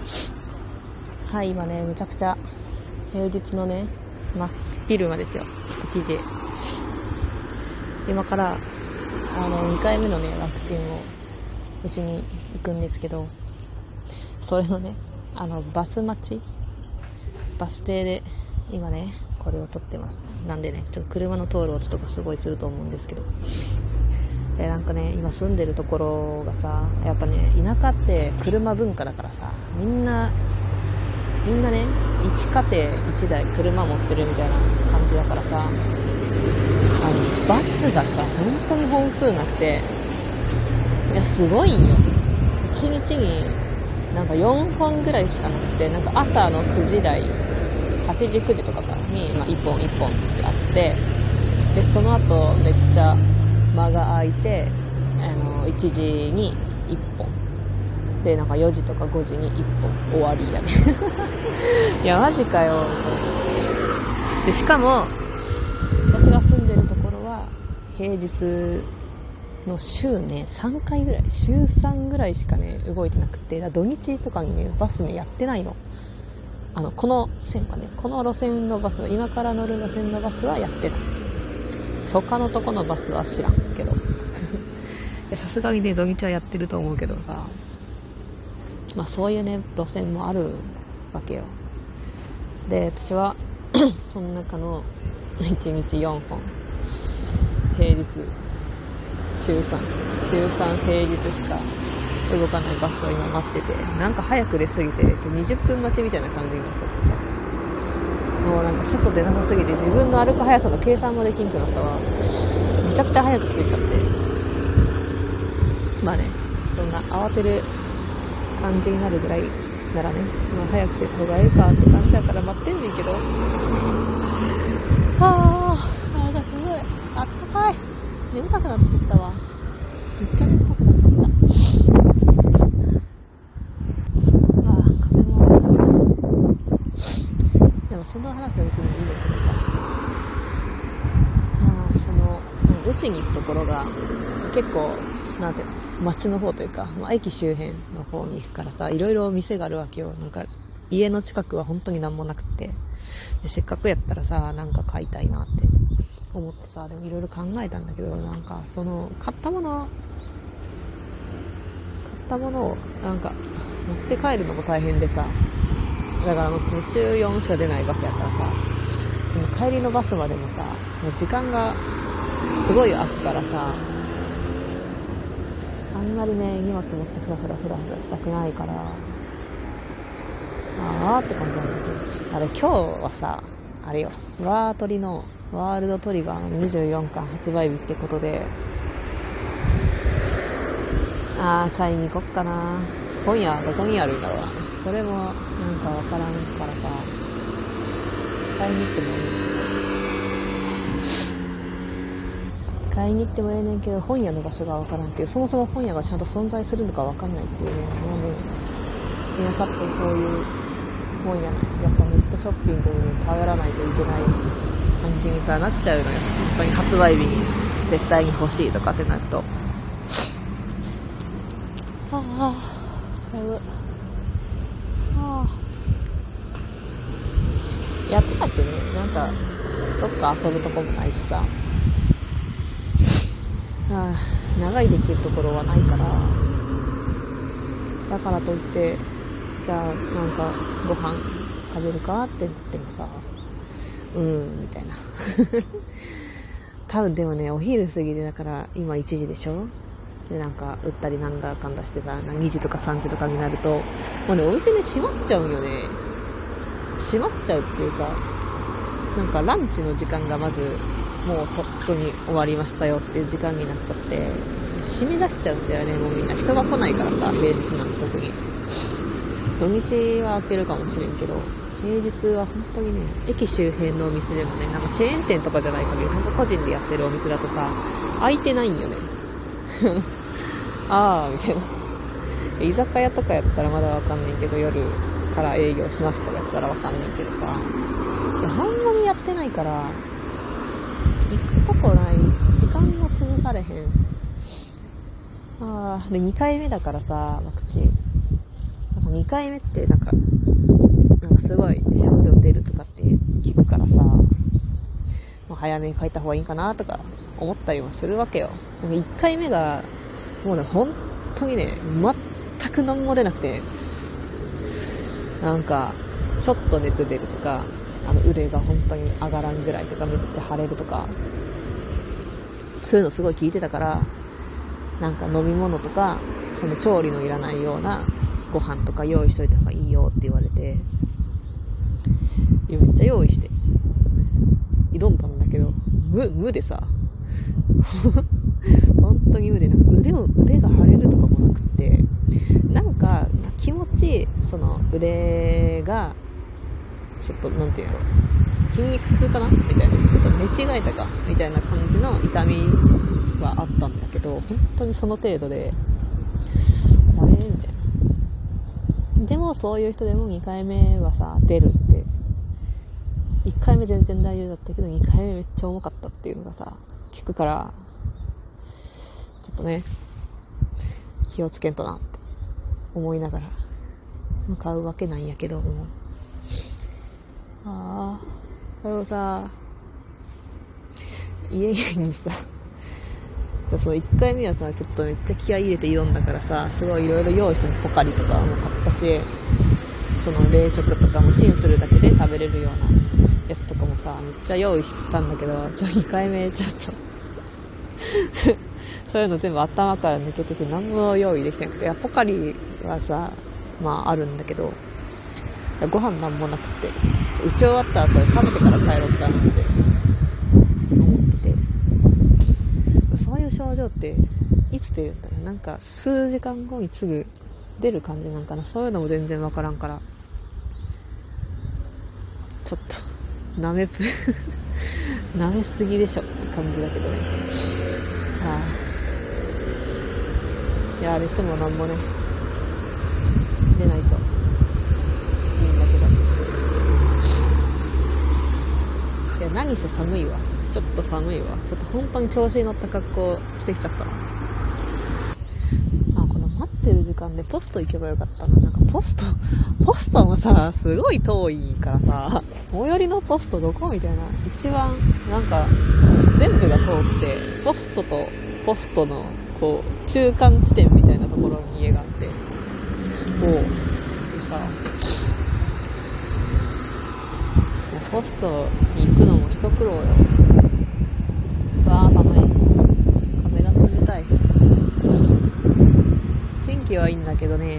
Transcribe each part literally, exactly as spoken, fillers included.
はい、今ね、むちゃくちゃ平日のね、まあ、昼間ですよ、いちじ。今からあのにかいめのねワクチンを打ちに行くんですけど、それのね、あのバス待ち、バス停で今ねこれを撮ってます。なんでね、ちょっと車の通る音とかすごいすると思うんですけど、でなんかね、今住んでるところがさ、やっぱね、田舎って車文化だからさ、みんなみんなね、一家庭一台車持ってるみたいな感じだからさ、あのバスがさ本当に本数なくて、いやすごいんよ。いちにちになんかよんほんぐらいしかなくて、なんか朝のくじ台、はちじくじとかかに、まあ、いっぽんいっぽんってあって、でその後めっちゃ間が空いて、あのいちじにいっぽんで、なんかよじとかごじにいっぽん終わりやねいやマジかよ。でしかも私が住んでるところは平日の週ねさんかいぐらい、週さんぐらいしかね動いてなくて、だ土日とかにねバスねやってないの。あのこの線はね、この路線のバスは、今から乗る路線のバスはやってない。他のとこのバスは知らんけどさすがにね土日はやってると思うけどさ、まあそういうね路線もあるわけよ。で私はその中のいちにちよんほん、平日週さん週さん平日しか動かないバスを今待ってて、なんか早く出すぎてにじゅっぷん待ちみたいな感じになっちゃってさ、もうなんか外出なさすぎて自分の歩く速さの計算もできんくなったわ。めちゃくちゃ早く着いちゃって、まあね、そんな慌てる感じになるぐらいならね、まあ、早く着いた方がいいかって感じだから待ってんねんけど、はあ、あがすごいあったかい。眠たくなってきたわ。めっちゃ眠たくなってきた。まあ風も、でもその話は別にいいんだけどさ、はあ、そのうちに行くところが結構なんていうの、街の方というか、まあ、駅周辺の方に行くからさ、いろいろ店があるわけよ。なんか家の近くは本当になんもなくて、でせっかくやったらさ、なんか買いたいなって思ってさ、でもいろいろ考えたんだけど、なんかその買ったもの買ったものをなんか持って帰るのも大変でさ、だからもうその週よんしか出ないバスやからさ、その帰りのバスまでもさ、もう時間がすごい空くからさ、あんまりね荷物持ってフラフラフラフラしたくないから、あーって感じなんだけど、あれ今日はさ、あれよ、ワートリのワールドトリガーのにじゅうよんかん発売日ってことで、あー買いに行こっかな。本屋どこにあるんだろうな。それもなんかわからんからさ、買いに行ってもいい買いに行ってもええねんけど、本屋の場所がわからんっていう、そもそも本屋がちゃんと存在するのかわかんないっていうね、もうね、今買ってそういう本屋ね、やっぱネットショッピングに頼らないといけない感じにさなっちゃうのよ。やっぱり発売日に絶対に欲しいとかってなると、ああだいぶああやってたってね、なんかどっか遊ぶとこもないしさ、はあ、長いできるところはないから、だからといってじゃあなんかご飯食べるかって言ってもさ、うーんみたいな多分でもね、お昼過ぎで、だから今いちじでしょ、でなんか売ったりなんだかんだしてさ、にじとかさんじとかになるともうね、お店ね閉まっちゃうんよね。閉まっちゃうっていうか、なんかランチの時間がまずもうとっくに終わりましたよっていう時間になっちゃって、閉め出しちゃうんだよね。もうみんな人が来ないからさ、平日なんて特に。土日は開けるかもしれんけど、平日は本当にね、駅周辺のお店でもね、なんかチェーン店とかじゃない限り、本当個人でやってるお店だとさ、開いてないんよねあーみたいな。居酒屋とかやったらまだわかんないけど、夜から営業しますとかやったらわかんないけどさ、いやほんまにやってないから、行くとこない、時間も潰されへん。あーでにかいめだからさ、ワクチンなんかにかいめってなんかなんかすごい症状出るとかって聞くからさ、まあ、早めに帰った方がいいかなとか思ったりもするわけよ。なんかいっかいめがもうね本当にね全く何も出なくて、なんかちょっと熱出るとか、あの腕が本当に上がらんぐらいとか、めっちゃ腫れるとか、そういうのすごい聞いてたから、なんか飲み物とかその調理のいらないようなご飯とか用意しといた方がいいよって言われて、めっちゃ用意して挑んだんだけど、無無でさ本当に無で、なんか腕を腕が腫れるとかもなくて、なんか気持ちその腕がちょっとなんていうの、筋肉痛かなみたいな、ちょっと寝違えたかみたいな感じの痛みはあったんだけど、本当にその程度で、あれみたいな。でもそういう人でもにかいめはさ出るって、いっかいめ全然大丈夫だったけどにかいめめっちゃ重かったっていうのがさ聞くから、ちょっとね気をつけんとなって思いながら向かうわけなんやけども、ああ、でもさ、家にさ、そのいっかいめはさ、ちょっとめっちゃ気合い入れて挑んだからさ、すごいいろいろ用意してポカリとかも買ったし、その冷食とかもチンするだけで食べれるようなやつとかもさ、めっちゃ用意したんだけど、ちょにかいめちょっとそういうの全部頭から抜けてて何も用意できなくて、ポカリはさ、まああるんだけど、ご飯なんもなくて、打ち終わった後食べてから帰ろうかなって思ってて、そういう症状っていつ出るんだろう。なんか数時間後にすぐ出る感じなんかな。そういうのも全然わからんから、ちょっとなめぷなめすぎでしょって感じだけどね。ああ、いや熱もなんもね出ないといいんだけど、いや何せ寒いわ、ちょっと寒いわ。ちょっと本当に調子に乗った格好してきちゃったな。あ、この待ってる時間でポスト行けばよかったな。なんかポストポストもさすごい遠いからさ、最寄りのポストどこみたいな、一番なんか全部が遠くて、ポストとポストのこう中間地点みたいなところに家があって、おうでさ、ポストに行くのも一苦労よ。うわー寒い、風が冷たい。天気はいいんだけどね、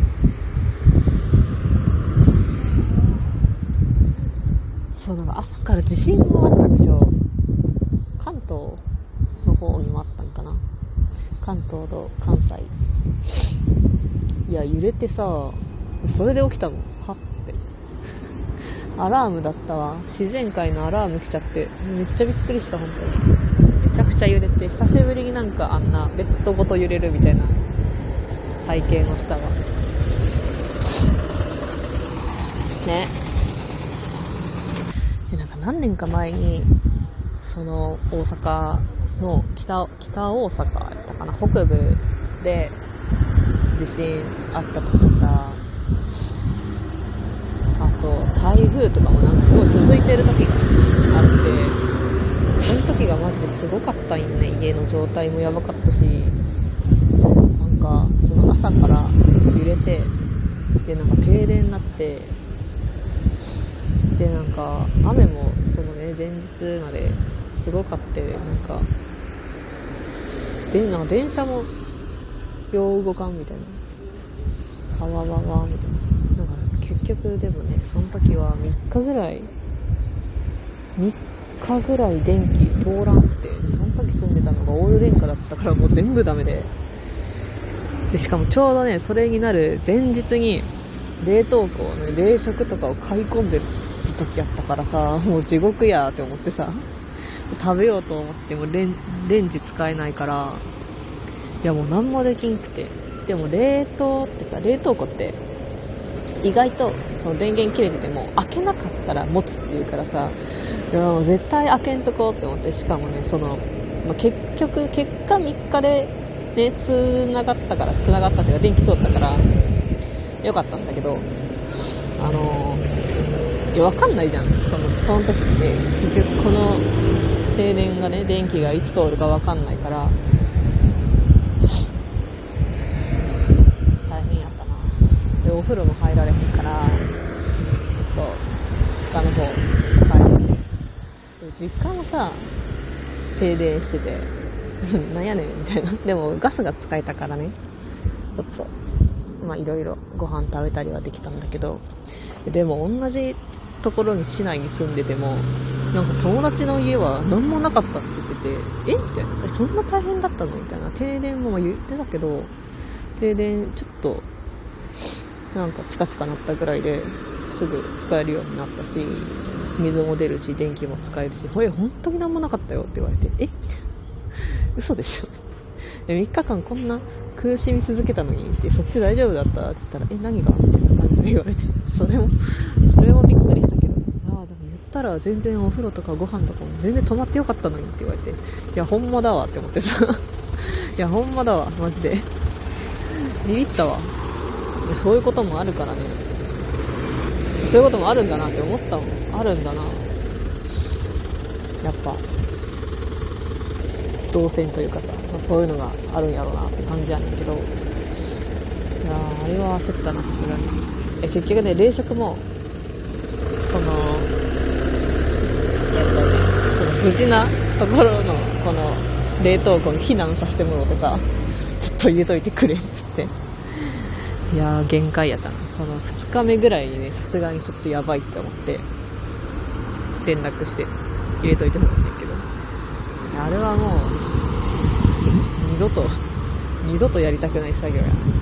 そうなんか朝から地震もあったでしょ。関東の方にもあったんかな、関東と関西。いや揺れてさ、それで起きたもん、はってアラームだったわ。自然界のアラーム来ちゃってめっちゃびっくりした。本当にめちゃくちゃ揺れて、久しぶりになんかあんなベッドごと揺れるみたいな体験をしたわね。でなんか何年か前にその大阪の北北大阪やったかな、北部で地震あった時さ、あと台風とかもなんかすごい続いてる時があって、その時がマジですごかったんよね。家の状態もやばかったし、なんかその朝から揺れて、でなんか停電になって、でなんか雨もそのね前日まですごかって、なんかでなんか電車もよう動かんみたいな、あわわわみたいな。なんか結局でもね、その時はみっかぐらいみっかぐらい電気通らなくて、その時住んでたのがオール電化だったからもう全部ダメで、でしかもちょうどねそれになる前日に冷凍庫の、ね、冷食とかを買い込んでる時やったからさ、もう地獄やって思ってさ、食べようと思ってもレン、レンジ使えないから、いやもう何もできんくて。でも冷凍ってさ、冷凍庫って意外とその電源切れてても開けなかったら持つっていうからさ、いやもう絶対開けんとこうって思って、しかもねその、まあ、結局結果みっかでね繋がったから、繋がったっていうか電気通ったから、いよかったんだけど、あのー、いやわかんないじゃん、そのその時って結局この停電がね、電気がいつ通るかわかんないから大変やったな。でお風呂も入られへんからちょっと実家の方帰って、実家もさ停電しててなんやねんみたいな。でもガスが使えたからね、ちょっとまあいろいろご飯食べたりはできたんだけど、でも同じところに市内に住んでてもなんか友達の家は何もなかったって言ってて、えみたいな、そんな大変だったのみたいな。停電も言ってたけど、停電ちょっとなんかチカチカなったぐらいですぐ使えるようになったし、水も出るし電気も使えるし、ほえ本当に何もなかったよって言われて、え嘘でしょみっかかんこんな苦しみ続けたのにって、そっち大丈夫だったって言ったら、え何がみたいな感じで言われて、それもそれもびっくりしたけど、ああでも言ったら全然お風呂とかご飯とかも全然止まってよかったのにって言われて、いやほんまだわって思ってさいやほんまだわマジでビビったわ。そういうこともあるからね、そういうこともあるんだなって思ったもん。あるんだな、やっぱ動線というかさ、そういうのがあるんやろうなって感じやねんけど、いやあれは焦ったな、さすがに。え結局ね、冷食もそのその無事なところのこの冷凍庫に避難させてもらってさ、ちょっと入れといてくれっつって、いやー限界やったな。そのふつかめぐらいにね、さすがにちょっとやばいって思って連絡して入れといてもらってんけど、あれはもう二度と二度とやりたくない作業や。